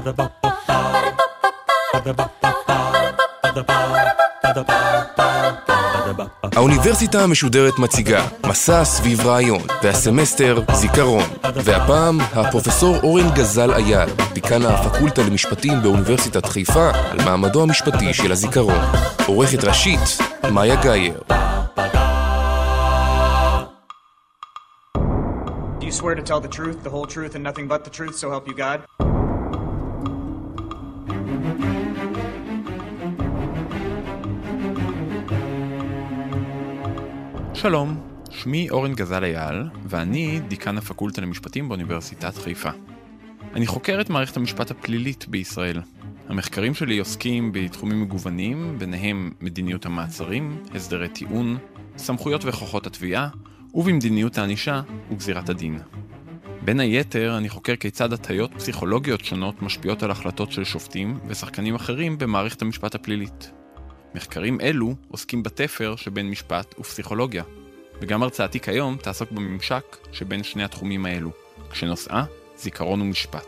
האוניברסיטה המשודרת מציגה מסע סביב רעיון, והסמסטר זיכרון. והפעם הפרופסור אורן גזל אייל, דיקן הפקולטה למשפטים באוניברסיטת חיפה, על מעמדו המשפטי של הזיכרון. עורכת ראשית, מאיה גייר. Do you swear to tell the truth, the whole truth, and nothing but the truth, so help you God? שלום, שמי אורן גזל אייל, ואני דיקן הפקולטה למשפטים באוניברסיטת חיפה. אני חוקר את מערכת המשפט הפלילית בישראל. המחקרים שלי עוסקים בתחומים מגוונים, ביניהם מדיניות המעצרים, הסדרי טיעון, סמכויות וכוחות התביעה, ובמדיניות הענישה וגזירת הדין. בין היתר, אני חוקר כיצד הטיות פסיכולוגיות שונות משפיעות על החלטות של שופטים ושחקנים אחרים במערכת המשפט הפלילית. מחקרים אלו עוסקים בתפר שבין משפט ופסיכולוגיה, וגם הרצאתי כיום תעסוק בממשק שבין שני התחומים האלו, כשנושאה זיכרון ומשפט.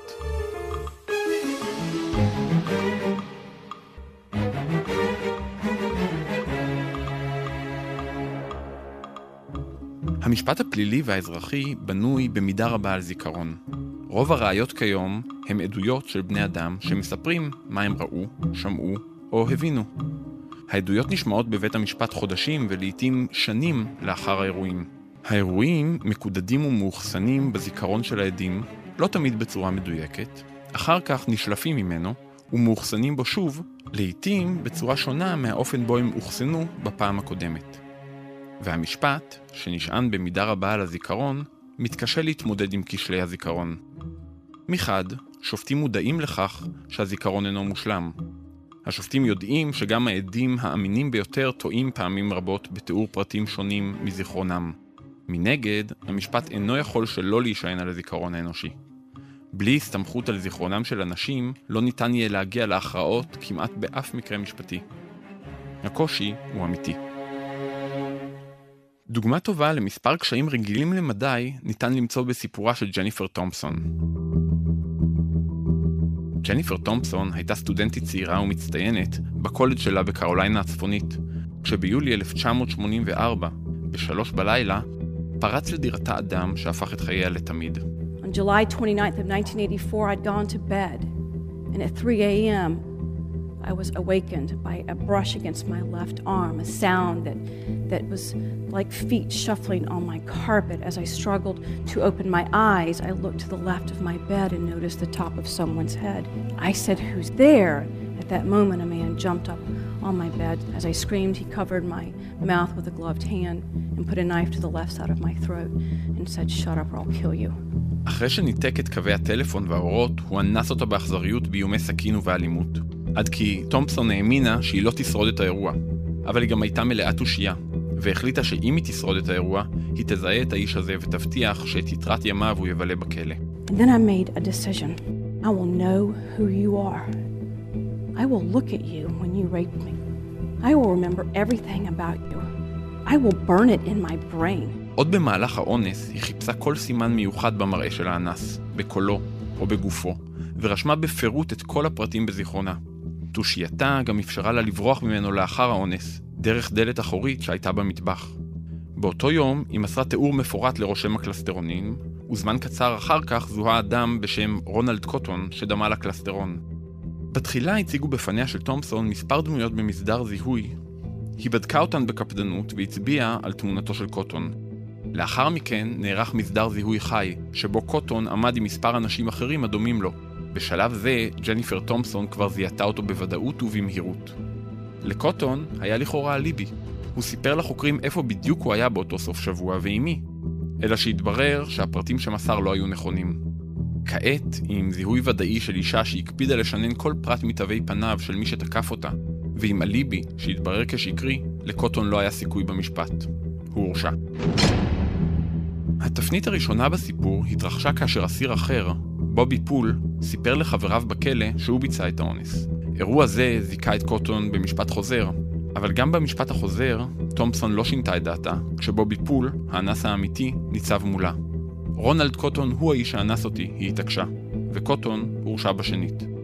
המשפט הפלילי והאזרחי בנוי במידה רבה על זיכרון. רוב הראיות כיום הם עדויות של בני אדם שמספרים מה הם ראו, שמעו או הבינו. העדויות נשמעות בבית המשפט חודשים ולעיתים שנים לאחר האירועים. האירועים מקודדים ומאוחסנים בזיכרון של העדים, לא תמיד בצורה מדויקת, אחר כך נשלפים ממנו ומאוחסנים בו שוב, לעיתים בצורה שונה מהאופן בו הם אוחסנו בפעם הקודמת. והמשפט, שנשען במידה רבה על הזיכרון, מתקשה להתמודד עם כשלי הזיכרון. מחד, שופטים מודעים לכך שהזיכרון אינו מושלם. השופטים יודעים שגם העדים האמינים ביותר טועים פעמים רבות בתיאור פרטים שונים מזיכרונם. מנגד, המשפט אינו יכול שלא להישען על הזיכרון האנושי. בלי הסתמכות על זיכרונם של אנשים, לא ניתן יהיה להגיע להכרעות כמעט באף מקרה משפטי. הקושי הוא אמיתי. דוגמה טובה למספר קשיים רגילים למדי ניתן למצוא בסיפורה של ג'ניפר תומפסון. ג'ניפר תומפסון הייתה סטודנטית צעירה ומצטיינת בקולג' שלה בקרוליינה הצפונית, כשביולי 1984, ב-3 בלילה, פרץ לדירתה אדם שהפך את חייה לתמיד. On July 29th of 1984, I'd gone to bed, and at 3 a.m., I was awakened by a brush against my left arm, a sound that was like feet shuffling on my carpet. As I struggled to open my eyes, I looked to the left of my bed and noticed the top of someone's head. I said, "Who's there?" At that moment, a man jumped up on my bed. As I screamed, he covered my mouth with a gloved hand and put a knife to the left side of my throat and said, "Shut up or I'll kill you." אחרי שניתק את קווי הטלפון והאורות, הוא אנס אותה באכזריות באיומי סכין ובאלימות. עד כי תומפסון האמינה שהיא לא תשרוד את האירוע, אבל היא גם הייתה מלאה תושייה, והחליטה שאם היא תשרוד את האירוע, היא תזהה את האיש הזה ותבטיח שאת יתרת ימיו הוא יבלה בכלא. And then I made a decision. I will know who you are. I will look at you when you raped me. I will remember everything about you. I will burn it in my brain. עוד במהלך האונס היא חיפשה כל סימן מיוחד במראה של האנס, בקולו או בגופו, ורשמה בפירוט את כל הפרטים בזיכרונה. תושייתה גם אפשרה לה לברוח ממנו לאחר האונס, דרך דלת אחורית שהייתה במטבח. באותו יום היא מסרה תיאור מפורט לרושם הקלסטרונים, וזמן קצר אחר כך זוהה אדם בשם רונלד קוטון שדמה לקלסטרון. בתחילה הציגו בפניה של תומפסון מספר דמויות במסדר זיהוי. היא בדקה אותן בקפדנות והצביעה על תמונתו של קוטון. לאחר מכן נערך מסדר זיהוי חי, שבו קוטון עמד עם מספר אנשים אחרים הדומים לו. בשלב זה, ג'ניפר תומפסון כבר זיהתה אותו בוודאות ובמהירות. לקוטון היה לכאורה אליבי. הוא סיפר לחוקרים איפה בדיוק הוא היה באותו סוף שבוע ועם מי. אלא שהתברר שהפרטים שמסר לא היו נכונים. כעת, עם זיהוי ודאי של אישה שהקפידה לשנן כל פרט מתווי פניו של מי שתקף אותה, ועם אליבי שהתברר כשקרי, לקוטון לא היה סיכוי במשפט. הוא הורשע. התפנית הראשונה בסיפור התרחשה כאשר אסיר אחר, בובי פול, סיפר לחבריו בכלא שהוא ביצע את האונס. אירוע זה זיכה את קוטון במשפט חוזר, אבל גם במשפט החוזר, תומפסון לא שינתה את דעתה, כשבובי פול, האנס האמיתי, ניצב מולה. רונלד קוטון הוא האיש האנס אותי, היא התעקשה, וקוטון הורשע בשנית.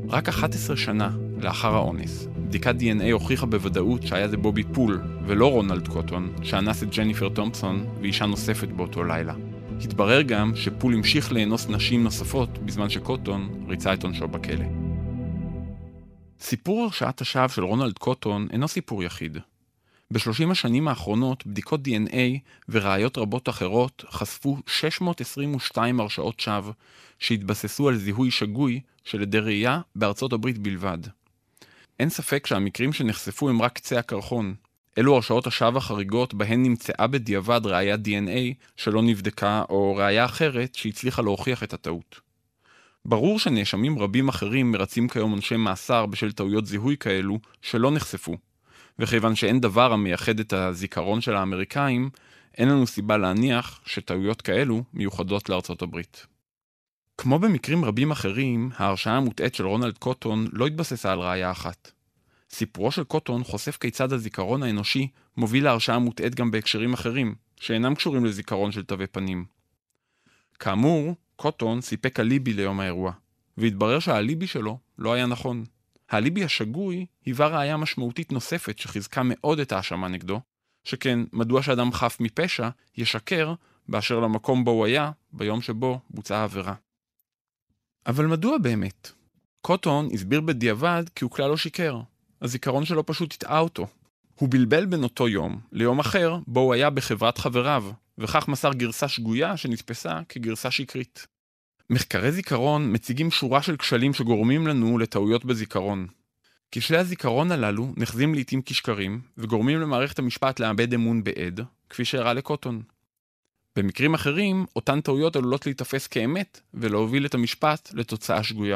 רק 11 שנה לאחר האונס, בדיקת DNA הוכיחה בוודאות שהיה זה בובי פול ולא רונלד קוטון שאנס את ג'ניפר תומפסון ואישה נוספת באותו לילה. התברר גם שפול המשיך לאנוס נשים נוספות בזמן שקוטון ריצה את עונשו בכלא. סיפור הרשעת השווא של רונלד קוטון אינו סיפור יחיד. ב-30 השנים האחרונות בדיקות DNA וראיות רבות אחרות חשפו 622 הרשעות שווא שהתבססו על זיהוי שגוי של עדי ראייה בארצות הברית בלבד. אין ספק שהמקרים שנחשפו הם רק קצה הקרחון. אלו הרשעות השווא החריגות בהן נמצאה בדיעבד ראיית DNA שלא נבדקה או ראייה אחרת שהצליחה להוכיח את הטעות. ברור שנאשמים רבים אחרים מרצים כיום עונשי מאסר בשל טעויות זיהוי כאלו שלא נחשפו. וכיוון שאין דבר המייחד את הזיכרון של האמריקאים, אין לנו סיבה להניח שטעויות כאלו מיוחדות לארצות הברית. כמו במקרים רבים אחרים, ההרשעה המוטעית של רונלד קוטון לא התבססה על ראיה אחת. סיפורו של קוטון חושף כיצד הזיכרון האנושי מוביל להרשעה מוטעית גם בהקשרים אחרים, שאינם קשורים לזיכרון של תווי פנים. כאמור, קוטון סיפק אליבי ליום האירוע, והתברר שהאליבי שלו לא היה נכון. האליבי השגוי היווה ראיה משמעותית נוספת שחיזקה מאוד את האשמה נגדו, שכן מדוע שאדם חף מפשע ישקר באשר למקום בו הוא היה ביום שבו בוצעה העבירה. אבל מדוע באמת? קוטון הסביר בדיעבד כי הוא כלל לא שיקר. הזיכרון שלו פשוט התאה אותו. הוא בלבל בין אותו יום ליום אחר בו הוא היה בחברת חבריו, וכך מסר גרסה שגויה שנתפסה כגרסה שקרית. מחקרי זיכרון מציגים שורה של כשלים שגורמים לנו לטעויות בזיכרון. כשלי הזיכרון הללו נחזים לעתים כשקרים וגורמים למערכת המשפט לאבד אמון בעד, כפי שהראה לקוטון. במקרים אחרים, אותן טעויות עלולות להתאפס כאמת ולהוביל את המשפט לתוצאה שגויה.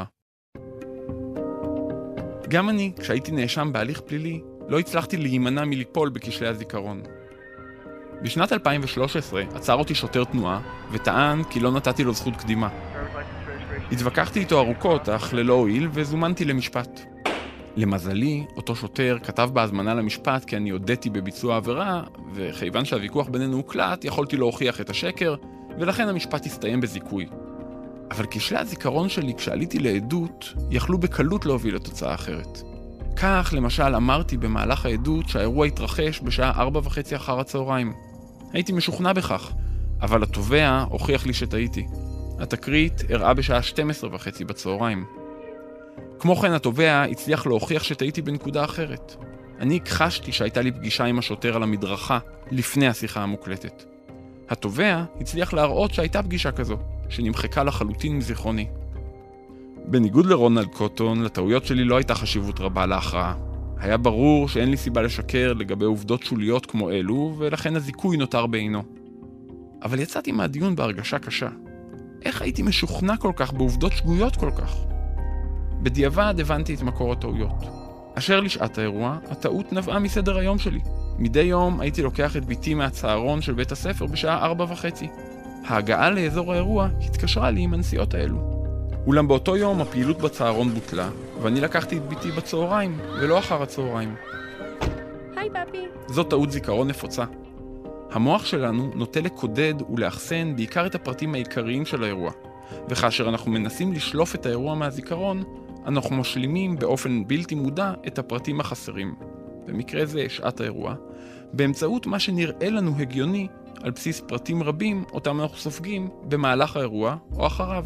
גם אני, כשהייתי נאשם בהליך פלילי, לא הצלחתי להימנע מליפול בכשלי הזיכרון. בשנת 2013 עצר אותי שוטר תנועה וטען כי לא נתתי לו זכות קדימה. התווכחתי איתו ארוכות אך ללא הועיל וזומנתי למשפט. למזלי, אותו שוטר כתב בהזמנה למשפט כי אני הודיתי בביצוע העבירה, וכיוון שהוויכוח בינינו הוקלט יכולתי להוכיח את השקר, ולכן המשפט הסתיים בזיכוי. אבל כשלי הזיכרון שלי כשעליתי לעדות יכלו בקלות להוביל לתוצאה אחרת. כך למשל אמרתי במהלך העדות שהאירוע התרחש בשעה 4:30 אחר הצהריים. הייתי משוכנע בכך, אבל התובע הוכיח לי שטעיתי. התקרית הראה בשעה 12:30 בצהריים. כמו כן התובע הצליח להוכיח שטעיתי בנקודה אחרת. אני הכחשתי שהייתה לי פגישה עם השוטר על המדרכה לפני השיחה המוקלטת. התובע הצליח להראות שהייתה פגישה כזו, שנמחקה לחלוטין מזיכרוני. בניגוד לרונלד קוטון, לטעויות שלי לא הייתה חשיבות רבה להכרעה. היה ברור שאין לי סיבה לשקר לגבי עובדות שוליות כמו אלו, ולכן הזיכוי נותר בעינו. אבל יצאתי מהדיון בהרגשה קשה. איך הייתי משוכנע כל כך בעובדות שגויות כל כך? בדיעבד הבנתי את מקור הטעויות. אשר לשעת האירוע, הטעות נבעה מסדר היום שלי. מדי יום הייתי לוקח את ביתי מהצהרון של בית הספר בשעה 4:30. ההגעה לאזור האירוע התקשרה לי עם הנסיעות האלו. אולם באותו יום הפעילות בצהרון בוטלה, ואני לקחתי את ביתי בצהריים ולא אחר הצהריים. היי פאפי. זו טעות זיכרון נפוצה. המוח שלנו נוטה לקודד ולאחסן בעיקר את הפרטים העיקריים של האירוע, וכאשר אנחנו מנסים לשלוף את האירוע מהזיכרון, אנחנו משלימים באופן בלתי מודע את הפרטים החסרים, במקרה זה שעת האירוע, באמצעות מה שנראה לנו הגיוני על בסיס פרטים רבים אותם אנחנו סופגים במהלך האירוע או אחריו.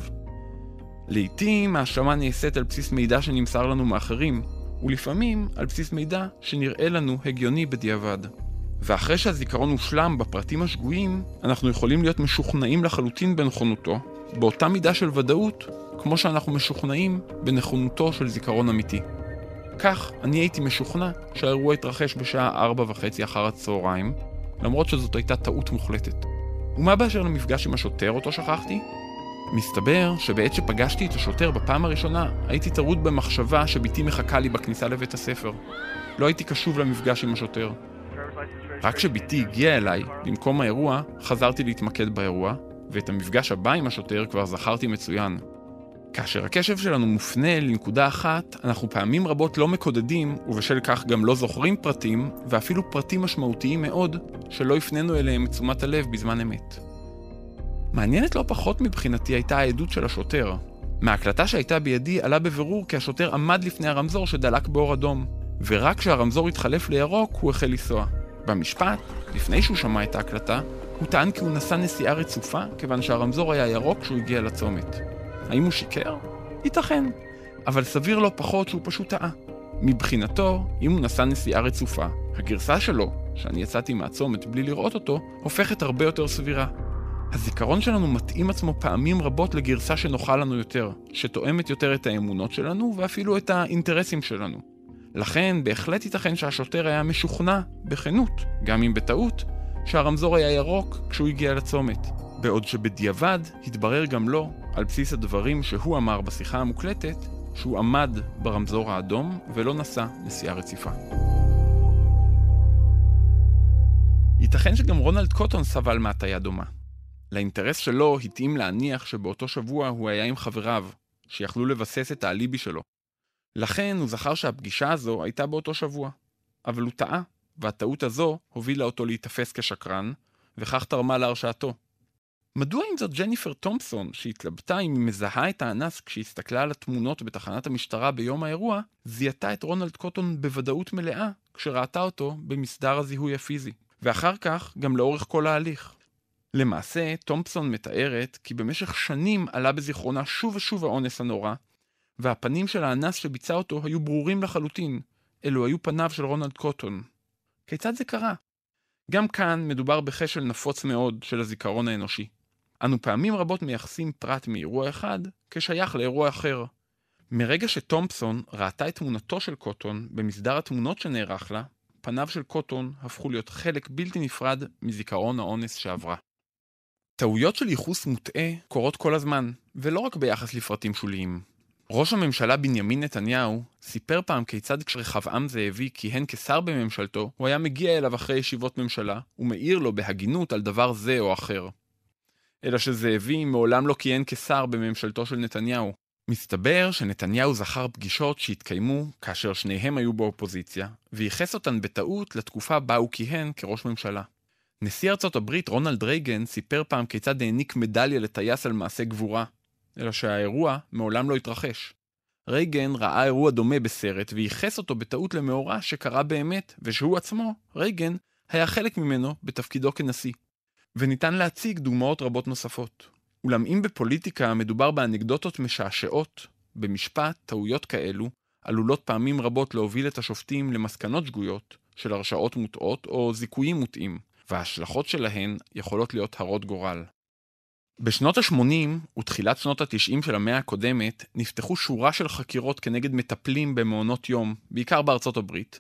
לעתים ההשלמה נעשית על בסיס מידע שנמסר לנו מאחרים, ולפעמים על בסיס מידע שנראה לנו הגיוני בדיעבד. ואחרי שהזיכרון הושלם בפרטים השגויים, אנחנו יכולים להיות משוכנעים לחלוטין בנכונותו, באותה מידה של ודאות, כמו שאנחנו משוכנעים בנכונותו של זיכרון אמיתי. כך אני הייתי משוכנע שהאירוע התרחש בשעה 4:30 אחר הצהריים, למרות שזאת הייתה טעות מוחלטת. ומה באשר למפגש עם השוטר אותו שכחתי? מסתבר שבעת שפגשתי את השוטר בפעם הראשונה, הייתי טרוד במחשבה שביתי מחכה לי בכניסה לבית הספר. לא הייתי קשוב למפגש עם השוטר. רק כשביתי הגיעה אליי, במקום האירוע, חזרתי להתמקד באירוע, ואת המפגש הבא עם השוטר כבר זכרתי מצוין. כאשר הקשב שלנו מופנה לנקודה אחת, אנחנו פעמים רבות לא מקודדים, ובשל כך גם לא זוכרים פרטים, ואפילו פרטים משמעותיים מאוד, שלא הפנינו אליהם את תשומת הלב בזמן אמת. מעניינת לא פחות מבחינתי הייתה העדות של השוטר. מההקלטה שהייתה בידי עלה בבירור כי השוטר עמד לפני הרמזור שדלק באור אדום, ורק כשהרמזור התחלף לירוק הוא החל לנסוע. במשפט, לפני שהוא שמע את ההקלטה, הוא טען כי הוא נסע נסיעה רצופה כיוון שהרמזור היה ירוק כשהוא הגיע לצומת. האם הוא שיקר? ייתכן, אבל סביר לא פחות שהוא פשוט טעה. מבחינתו, אם הוא נסע נסיעה רצופה, הגרסה שלו, שאני יצאתי מהצומת בלי לראות אותו, הופכת הרבה יותר סבירה. הזיכרון שלנו מתאים עצמו פעמים רבות לגרסה שנוחה לנו יותר, שתואמת יותר את האמונות שלנו ואפילו את האינטרסים שלנו. לכן בהחלט ייתכן שהשוטר היה משוכנע, בכנות, גם אם בטעות, שהרמזור היה ירוק כשהוא הגיע לצומת. בעוד שבדיעבד התברר גם לו, על בסיס הדברים שהוא אמר בשיחה המוקלטת, שהוא עמד ברמזור האדום ולא נסע נסיעה רציפה. ייתכן שגם רונלד קוטון סבל מהטיה דומה. לאינטרס שלו התאים להניח שבאותו שבוע הוא היה עם חבריו, שיכלו לבסס את האליבי שלו. לכן הוא זכר שהפגישה הזו הייתה באותו שבוע. אבל הוא טעה, והטעות הזו הובילה אותו להתאפס כשקרן, וכך תרמה להרשעתו. מדוע עם זאת ג'ניפר תומפסון, שהתלבטה אם היא מזהה את האנס כשהסתכלה על התמונות בתחנת המשטרה ביום האירוע, זיהתה את רונלד קוטון בוודאות מלאה כשראתה אותו במסדר הזיהוי הפיזי, ואחר כך גם לאורך כל ההליך. למעשה, תומפסון מתארת כי במשך שנים עלה בזיכרונה שוב ושוב האונס הנורא, והפנים של האנס שביצע אותו היו ברורים לחלוטין, אלו היו פניו של רונלד קוטון. כיצד זה קרה? גם כאן מדובר בחשל נפוץ מאוד של הזיכרון האנושי. אנו פעמים רבות מייחסים פרט מאירוע אחד כשייך לאירוע אחר. מרגע שתומפסון ראתה את תמונתו של קוטון במסדר התמונות שנערך לה, פניו של קוטון הפכו להיות חלק בלתי נפרד מזיכרון האונס שעברה. טעויות של ייחוס מוטעה קורות כל הזמן, ולא רק ביחס לפרטים שוליים. ראש הממשלה בנימין נתניהו סיפר פעם כיצד כשרחבעם זאבי כיהן כשר בממשלתו, הוא היה מגיע אליו אחרי ישיבות ממשלה, ומעיר לו בהגינות על דבר זה או אחר. אלא שזאבי מעולם לא כיהן כשר בממשלתו של נתניהו. מסתבר שנתניהו זכר פגישות שהתקיימו כאשר שניהם היו באופוזיציה, וייחס אותן בטעות לתקופה בה הוא כיהן כראש ממשלה. נשיא ארצות הברית רונלד רייגן סיפר פעם כיצד העניק מדליה לטייס על מעשה גבורה, אלא שהאירוע מעולם לא התרחש. רייגן ראה אירוע דומה בסרט וייחס אותו בטעות למאורע שקרה באמת, ושהוא עצמו, רייגן, היה חלק ממנו בתפקידו כנשיא. וניתן להציג דוגמאות רבות נוספות. אולם אם בפוליטיקה מדובר באנקדוטות משעשעות, במשפט טעויות כאלו עלולות פעמים רבות להוביל את השופטים למסקנות שגויות של הרשעות מוטעות או זיכויים מוטעים, וההשלכות שלהן יכולות להיות הרות גורל. בשנות ה-80 ותחילת שנות ה-90 של המאה הקודמת נפתחו שורה של חקירות כנגד מטפלים במעונות יום, בעיקר בארצות הברית.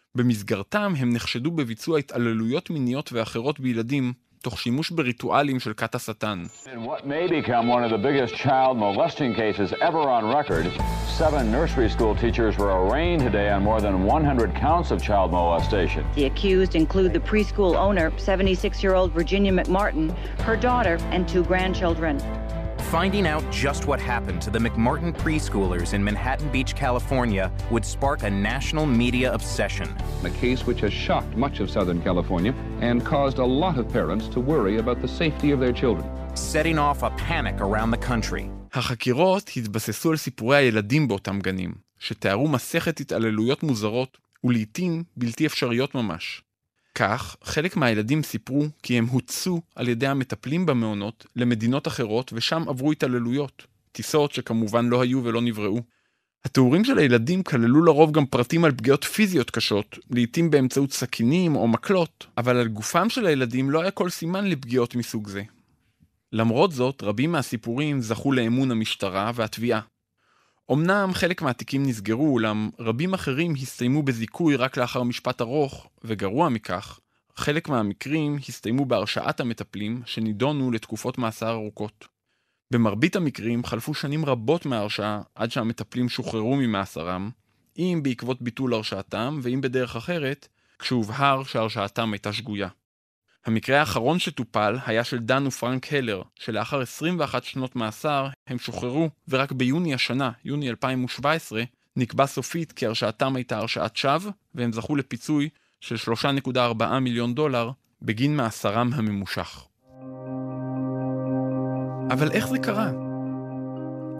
במסגרתם הם נחשדו בביצוע התעללויות מיניות ואחרות בילדים, תוך שימוש בריטואלים של כת השטן. In what may become one of the biggest child molesting cases ever on record, 7 nursery school teachers were arraigned today on more than 100 counts of child molestation. The accused include the preschool owner, 76-year-old Virginia McMartin, her daughter, and 2 grandchildren. Finding out just what happened to the McMartin preschoolers in Manhattan Beach, California, would spark a national media obsession. A case which has shocked much of Southern California and caused a lot of parents to worry about the safety of their children. Setting off a panic around the country. החקירות התבססו על סיפורי הילדים באותם גנים, שתיארו מסכת התעללויות מוזרות ולעיתים בלתי אפשריות ממש. כך, חלק מהילדים סיפרו כי הם הוצאו על ידי המטפלים במעונות למדינות אחרות ושם עברו התעללויות, טיסות שכמובן לא היו ולא נבראו. התיאורים של הילדים כללו לרוב גם פרטים על פגיעות פיזיות קשות, לעתים באמצעות סכינים או מקלות, אבל על גופם של הילדים לא היה כל סימן לפגיעות מסוג זה. למרות זאת, רבים מהסיפורים זכו לאמון המשטרה והתביעה. אמנם חלק מהתיקים נסגרו, אולם רבים אחרים הסתיימו בזיכוי רק לאחר משפט ארוך, וגרוע מכך, חלק מהמקרים הסתיימו בהרשעת המטפלים שנידונו לתקופות מאסר ארוכות. במרבית המקרים חלפו שנים רבות מההרשעה עד שהמטפלים שוחררו ממאסרם, אם בעקבות ביטול הרשעתם ואם בדרך אחרת, כשהובהר שהרשעתם הייתה שגויה. המקרה האחרון שטופל היה של דן ופרנק הלר, שלאחר 21 שנות מאסר הם שוחררו, ורק ביוני השנה, יוני 2017, נקבע סופית כי הרשעתם הייתה הרשעת שווא, והם זכו לפיצוי של $3.4 מיליון בגין מאסרם הממושך. אבל איך זה קרה?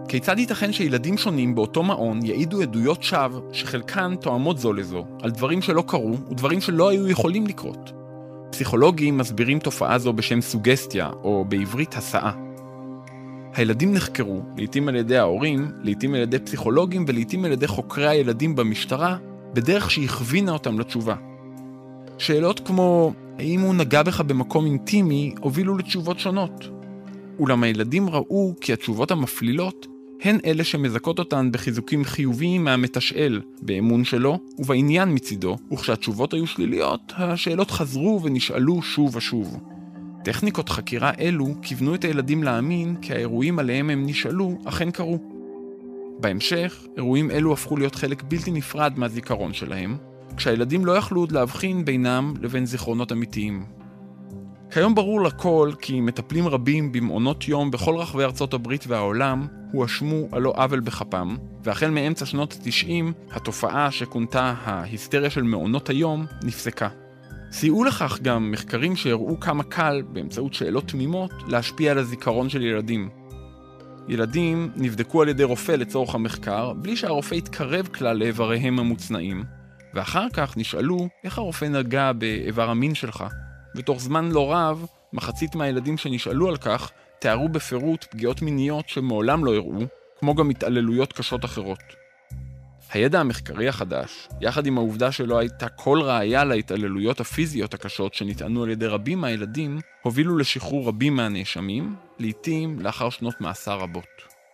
כיצד ייתכן שילדים שונים באותו מעון יעידו עדויות שווא שחלקן תואמות זו לזו, על דברים שלא קרו ודברים שלא היו יכולים לקרות? פסיכולוגים מסבירים תופעה זו בשם סוגסטיה, או בעברית הסעה. הילדים נחקרו, לעתים על ידי ההורים, לעתים על ידי פסיכולוגים ולעתים על ידי חוקרי הילדים במשטרה, בדרך שהכווינה אותם לתשובה. שאלות כמו, האם הוא נגע בך במקום אינטימי, הובילו לתשובות שונות. אולם הילדים ראו כי התשובות המפלילות הן אלה שמזכות אותן בחיזוקים חיוביים מהמתשאל, באמון שלו ובעניין מצידו, וכשהתשובות היו שליליות, השאלות חזרו ונשאלו שוב ושוב. טכניקות חקירה אלו כיוונו את הילדים להאמין כי האירועים עליהם הם נשאלו אכן קרו. בהמשך, אירועים אלו הפכו להיות חלק בלתי נפרד מהזיכרון שלהם, כשהילדים לא יכלו עוד להבחין בינם לבין זיכרונות אמיתיים. כיום ברור לכל כי מטפלים רבים במעונות יום בכל רחבי ארצות הברית והעולם הואשמו על לא עוול בכפם, והחל מאמצע שנות ה-90 התופעה שכונתה ההיסטריה של מעונות היום נפסקה. סייעו לכך גם מחקרים שהראו כמה קל באמצעות שאלות תמימות להשפיע על הזיכרון של ילדים. ילדים נבדקו על ידי רופא לצורך המחקר בלי שהרופא יתקרב כלל לאיבריהם המוצנעים, ואחר כך נשאלו איך הרופא נגע באיבר המין שלך. ותוך זמן לא רב, מחצית מהילדים שנשאלו על כך תיארו בפירוט פגיעות מיניות שמעולם לא הראו, כמו גם התעללויות קשות אחרות. הידע המחקרי החדש, יחד עם העובדה שלא הייתה כל ראיה להתעללויות הפיזיות הקשות שנטענו על ידי רבים מהילדים, הובילו לשחרור רבים מהנאשמים, לעתים לאחר שנות מאסר רבות.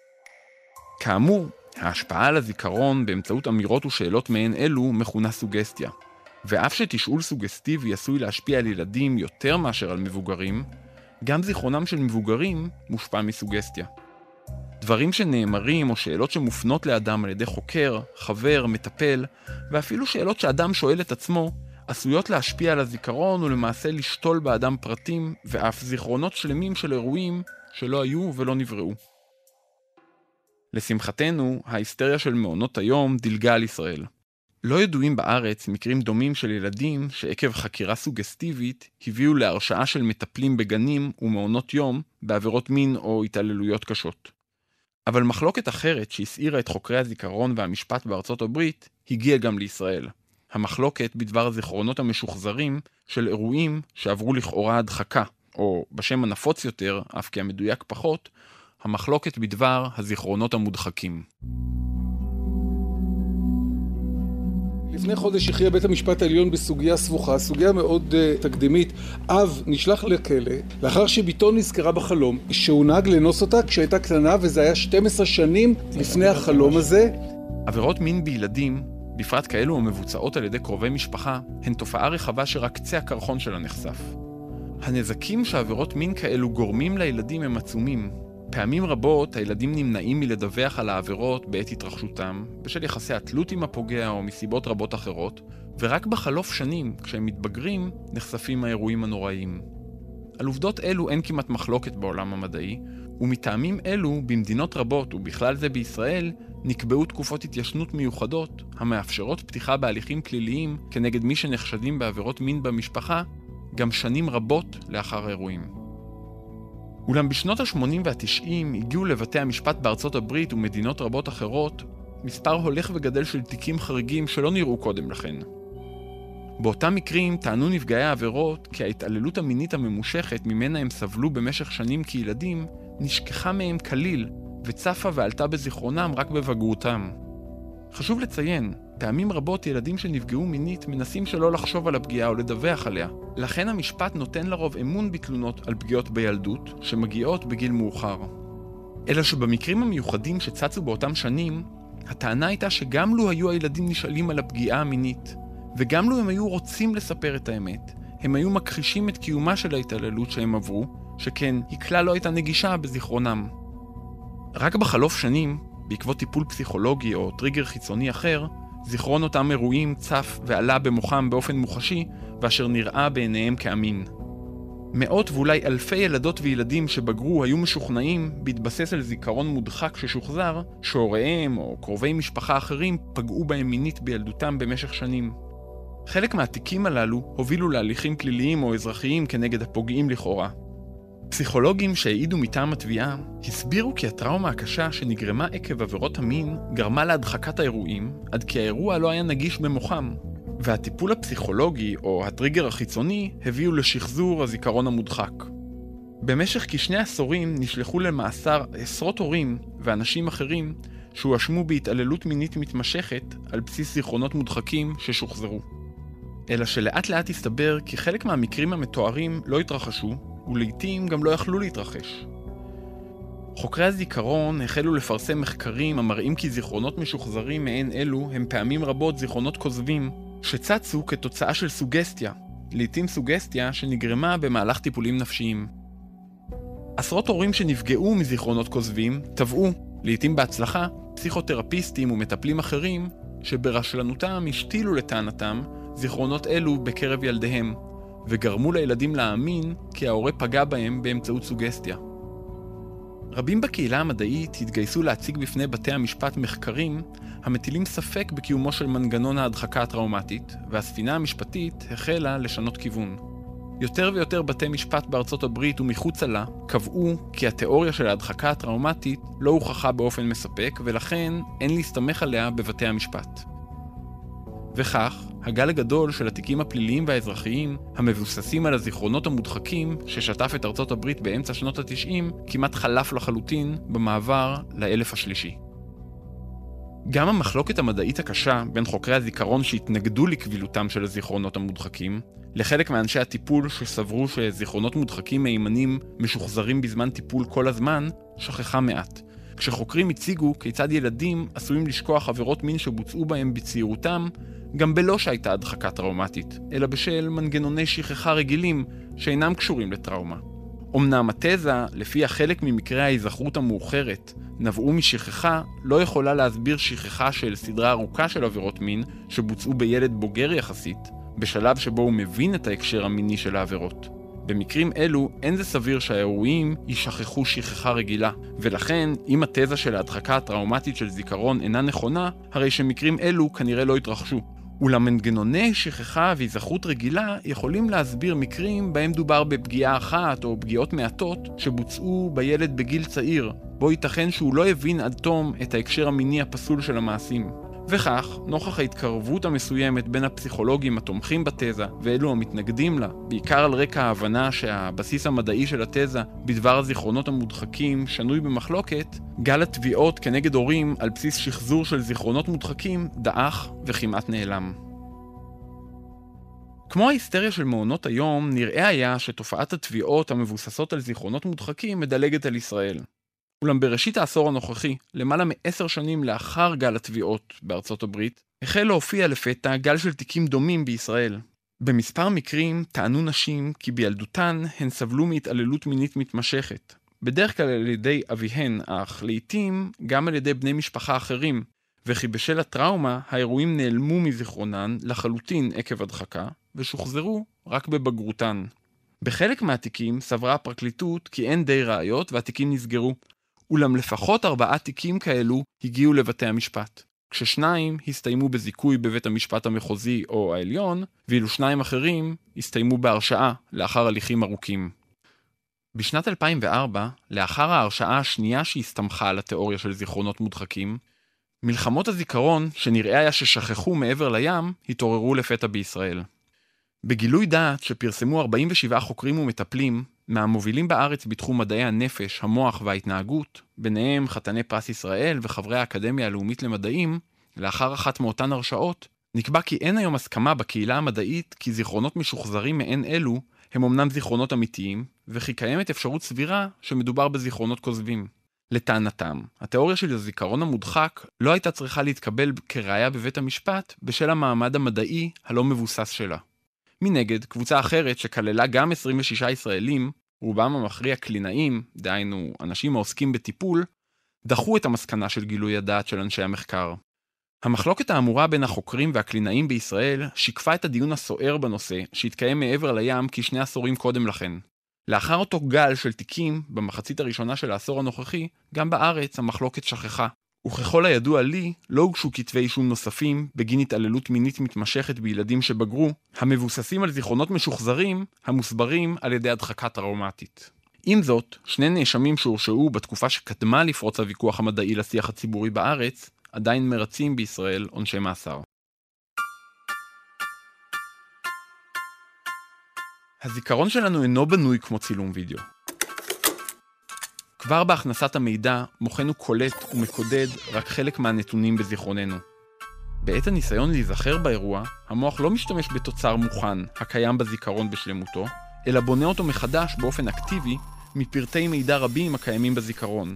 כאמור, ההשפעה על הזיכרון באמצעות אמירות ושאלות מעין אלו מכונה סוגסטיה. ואף שתשאול סוגסטיבי עשוי להשפיע על ילדים יותר מאשר על מבוגרים, גם זיכרונם של מבוגרים מושפע מסוגסטיה. דברים שנאמרים או שאלות שמופנות לאדם על ידי חוקר, חבר, מטפל, ואפילו שאלות שאדם שואל את עצמו, עשויות להשפיע על הזיכרון ולמעשה לשתול באדם פרטים ואף זיכרונות שלמים של אירועים שלא היו ולא נבראו. לשמחתנו, ההיסטריה של מעונות היום דילגה על ישראל. לא ידועים בארץ מקרים דומים של ילדים שעקב חקירה סוגסטיבית הביאו להרשעה של מטפלים בגנים ומעונות יום בעבירות מין או התעללויות קשות. אבל מחלוקת אחרת שהסעירה את חוקרי הזיכרון והמשפט בארצות הברית הגיעה גם לישראל. המחלוקת בדבר הזיכרונות המשוחזרים של אירועים שעברו לכאורה הדחקה, או בשם הנפוץ יותר, אף כי המדויק פחות, המחלוקת בדבר הזיכרונות המודחקים. לפני חודש הכריע בית המשפט העליון בסוגיה סבוכה, סוגיה מאוד תקדימית. אב נשלח לכלא לאחר שביתו נזכרה בחלום שהוא נהג לנוס אותה כשהייתה קטנה, וזה היה 12 שנים לפני החלום הזה. עבירות מין בילדים, בפרט כאלו המבוצעות על ידי קרובי משפחה, הן תופעה רחבה שרק קצה הקרחון שלה נחשף. הנזקים שעבירות מין כאלו גורמים לילדים הם עצומים. פעמים רבות הילדים נמנעים מלדווח על העבירות בעת התרחשותם, בשל יחסי התלות עם הפוגע או מסיבות רבות אחרות, ורק בחלוף שנים, כשהם מתבגרים, נחשפים האירועים הנוראיים. על עובדות אלו אין כמעט מחלוקת בעולם המדעי, ומטעמים אלו במדינות רבות, ובכלל זה בישראל, נקבעו תקופות התיישנות מיוחדות, המאפשרות פתיחה בהליכים פליליים כנגד מי שנחשדים בעבירות מין במשפחה, גם שנים רבות לאחר האירועים. אולם בשנות ה-80 וה-90 הגיעו לבתי המשפט בארצות הברית ומדינות רבות אחרות מספר הולך וגדל של תיקים חריגים שלא נראו קודם לכן. באותם מקרים טענו נפגעי העבירות כי ההתעללות המינית הממושכת ממנה הם סבלו במשך שנים כילדים נשכחה מהם כליל וצפה ועלתה בזיכרונם רק בבגרותם. חשוב לציין, פעמים רבות ילדים שנפגעו מינית מנסים שלא לחשוב על הפגיעה או לדווח עליה. לכן המשפט נותן לרוב אמון בתלונות על פגיעות בילדות שמגיעות בגיל מאוחר. אלא שבמקרים המיוחדים שצצו באותם שנים, הטענה הייתה שגם לו היו הילדים נשאלים על הפגיעה המינית, וגם לו הם היו רוצים לספר את האמת, הם היו מכחישים את קיומה של ההתעללות שהם עברו, שכן היא כלל לא הייתה נגישה בזיכרונם. רק בחלוף שנים, בעקבות טיפול פסיכולוגי או טריגר חיצוני אחר, זיכרון אותם אירועים צף ועלה במוחם באופן מוחשי, ואשר נראה בעיניהם כאמין. מאות ואולי אלפי ילדות וילדים שבגרו היו משוכנעים בהתבסס על זיכרון מודחק ששוחזר, שהוריהם או קרובי משפחה אחרים פגעו בהם מינית בילדותם במשך שנים. חלק מהתיקים הללו הובילו להליכים פליליים או אזרחיים כנגד הפוגעים לכאורה. פסיכולוגים שהעידו מטעם התביעה הסבירו כי הטראומה הקשה שנגרמה עקב עבירות המין גרמה להדחקת האירועים עד כי האירוע לא היה נגיש במוחם, והטיפול הפסיכולוגי או הטריגר החיצוני הביאו לשחזור הזיכרון המודחק. במשך כשני עשורים נשלחו למאסר עשרות הורים ואנשים אחרים שהואשמו בהתעללות מינית מתמשכת על בסיס זיכרונות מודחקים ששוחזרו. אלא שלאט לאט הסתבר כי חלק מהמקרים המתוארים לא התרחשו, ולעיתים גם לא יכלו להתרחש. חוקרי הזיכרון החלו לפרסם מחקרים המראים כי זיכרונות משוחזרים מעין אלו הם פעמים רבות זיכרונות כוזבים, שצצו כתוצאה של סוגסטיה, לעיתים סוגסטיה שנגרמה במהלך טיפולים נפשיים. עשרות הורים שנפגעו מזיכרונות כוזבים תבעו, לעיתים בהצלחה, פסיכותרפיסטים ומטפלים אחרים שברשלנותם השתילו לטענתם זיכרונות אלו בקרב ילדיהם, וגרמו לילדים להאמין כי ההורה פגע בהם באמצעות סוגסטיה. רבים בקהילה המדעית התגייסו להציג בפני בתי המשפט מחקרים המטילים ספק בקיומו של מנגנון ההדחקה הטראומטית, והספינה המשפטית החלה לשנות כיוון. יותר ויותר בתי משפט בארצות הברית ומחוצה לה קבעו כי התיאוריה של ההדחקה הטראומטית לא הוכחה באופן מספק, ולכן אין להסתמך עליה בבתי המשפט. וכך, הגל הגדול של התיקים הפליליים והאזרחיים המבוססים על הזיכרונות המודחקים ששטף את ארצות הברית באמצע שנות ה-90 כמעט חלף לחלוטין במעבר לאלף השלישי. גם המחלוקת המדעית הקשה בין חוקרי הזיכרון שהתנגדו לקבילותם של הזיכרונות המודחקים, לחלק מאנשי הטיפול שסברו שזיכרונות מודחקים מהימנים משוחזרים בזמן טיפול כל הזמן, שכחה מעט. כשחוקרים הציגו כיצד ילדים עשויים לשכוח עבירות מין שבוצעו בהם בצעירותם, גם בלא שהייתה הדחקה טראומטית, אלא בשל מנגנוני שכחה רגילים שאינם קשורים לטראומה. אמנם התזה, לפי החלק ממקרי ההיזכרות המאוחרת, נבעו משכחה, לא יכולה להסביר שכחה של סדרה ארוכה של עבירות מין שבוצעו בילד בוגר יחסית, בשלב שבו הוא מבין את ההקשר המיני של העבירות. במקרים אלו אין זה סביר שהאירועים יישכחו שכחה רגילה, ולכן אם התזה של ההדחקה הטראומטית של זיכרון אינה נכונה, הרי שמקרים אלו כנראה לא יתרחשו. ולמנגנוני שכחה והיזכרות רגילה יכולים להסביר מקרים בהם דובר בפגיעה אחת או פגיעות מעטות שבוצעו בילד בגיל צעיר, בו ייתכן שהוא לא הבין עד תום את ההקשר המיני הפסול של המעשים. וכך, נוכח ההתקרבות המסוימת בין הפסיכולוגים התומכים בתזה ואלו המתנגדים לה, בעיקר על רקע ההבנה שהבסיס המדעי של התזה בדבר הזיכרונות המודחקים שנוי במחלוקת, גל התביעות כנגד הורים על בסיס שחזור של זיכרונות מודחקים דעך וכמעט נעלם. כמו ההיסטריה של מעונות היום, נראה היה שתופעת התביעות המבוססות על זיכרונות מודחקים מדלגת על ישראל. אולם בראשית העשור הנוכחי, למעלה מ10 שנים לאחר גל התביעות בארצות הברית, החל להופיע לפתע גל של תיקים דומים בישראל. במספר מקרים טענו נשים כי בילדותן הן סבלו מהתעללות מינית מתמשכת, בדרך כלל על ידי אביהן, אך לעתים גם על ידי בני משפחה אחרים, וכי בשל הטראומה האירועים נעלמו מזיכרונן לחלוטין עקב הדחקה, ושוחזרו רק בבגרותן. בחלק מהתיקים סברה הפרקליטות כי אין די ראיות והתיקים נסגרו, אולם לפחות 4 תיקים כאלו הגיעו לבתי המשפט, כששניים הסתיימו בזיכוי בבית המשפט המחוזי או העליון, ואילו 2 אחרים הסתיימו בהרשעה לאחר הליכים ארוכים. בשנת 2004, לאחר ההרשעה השנייה שהסתמכה על התיאוריה של זיכרונות מודחקים, מלחמות הזיכרון, שנראה היה ששכחו מעבר לים, התעוררו לפתע בישראל. בגילוי דעת שפרסמו 47 חוקרים ומטפלים, מהמובילים בארץ בתחום מדעי הנפש, המוח וההתנהגות, ביניהם חתני פרס ישראל וחברי האקדמיה הלאומית למדעים, לאחר אחת מאותן הרשאות, נקבע כי אין היום הסכמה בקהילה המדעית כי זיכרונות משוחזרים מעין אלו הם אמנם זיכרונות אמיתיים, וכי קיימת אפשרות סבירה שמדובר בזיכרונות כוזבים. לטענתם, התיאוריה של הזיכרון המודחק לא הייתה צריכה להתקבל כראיה בבית המשפט בשל המעמד המדעי הלא מבוסס שלה. מנגד, קבוצה אחרת שכללה גם 26 ישראלים, רובם המכריע קלינאים, דהיינו אנשים העוסקים בטיפול, דחו את המסקנה של גילוי הדעת של אנשי המחקר. המחלוקת האמורה בין החוקרים והקלינאים בישראל שיקפה את הדיון הסוער בנושא שהתקיים מעבר לים כ2 עשורים קודם לכן. לאחר אותו גל של תיקים במחצית הראשונה של העשור הנוכחי, גם בארץ המחלוקת שכחה. וככל הידוע לי, לא הוגשו כתבי אישום נוספים בגין התעללות מינית מתמשכת בילדים שבגרו, המבוססים על זיכרונות משוחזרים, המוסברים על ידי הדחקה טראומטית. עם זאת, שני נאשמים שהורשעו בתקופה שקדמה לפרוץ הוויכוח המדעי לשיח הציבורי בארץ, עדיין מרצים בישראל עונשי מאסר. הזיכרון שלנו אינו בנוי כמו צילום וידאו. כבר בהכנסת המידע, מוחנו קולט ומקודד רק חלק מהנתונים בזיכרוננו. בעת הניסיון להיזכר באירוע, המוח לא משתמש בתוצר מוכן, הקיים בזיכרון בשלמותו, אלא בונה אותו מחדש באופן אקטיבי מפרטי מידע רבים הקיימים בזיכרון.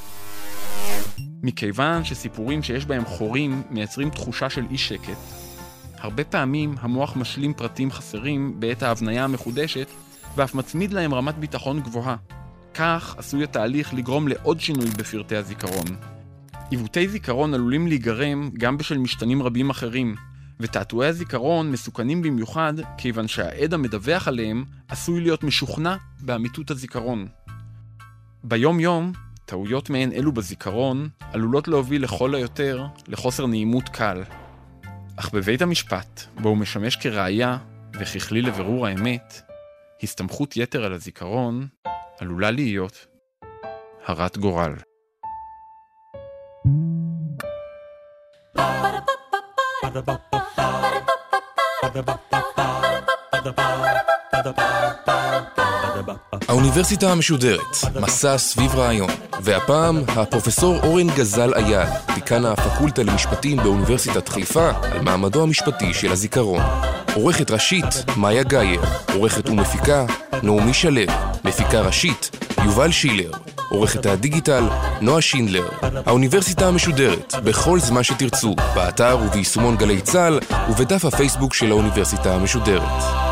מכיוון שסיפורים שיש בהם חורים מייצרים תחושה של אי שקט, הרבה פעמים המוח משלים פרטים חסרים בעת ההבניה המחודשת, ואף מצמיד להם רמת ביטחון גבוהה. כך עשוי התהליך לגרום לעוד שינוי בפרטי הזיכרון. עיוותי זיכרון עלולים להיגרם גם בשל משתנים רבים אחרים, ותעתועי הזיכרון מסוכנים במיוחד כיוון שהעד המדווח עליהם עשוי להיות משוכנע באמיתות הזיכרון. ביום יום, טעויות מהן אלו בזיכרון עלולות להוביל לכל היותר לחוסר נעימות קל. אך בבית המשפט, בו הוא משמש כראיה וככלי לבירור האמת, הסתמכות יתר על הזיכרון עלולה להיות הרת גורל. האוניברסיטה המשודרת, מסע סביב רעיון, והפעם הפרופסור אורן גזל אייל, דיקן הפקולטה למשפטים באוניברסיטת חיפה, על מעמדו המשפטי של הזיכרון. עורכת ראשית, מאיה גייר, עורכת ומפיקה, נעמי שלו, מפיקה ראשית, יובל שילר, עורכת הדיגיטל, נועה שינדלר. האוניברסיטה המשודרת, בכל זמן שתרצו, באתר וביישומון גלי צה"ל, ובדף הפייסבוק של האוניברסיטה המשודרת.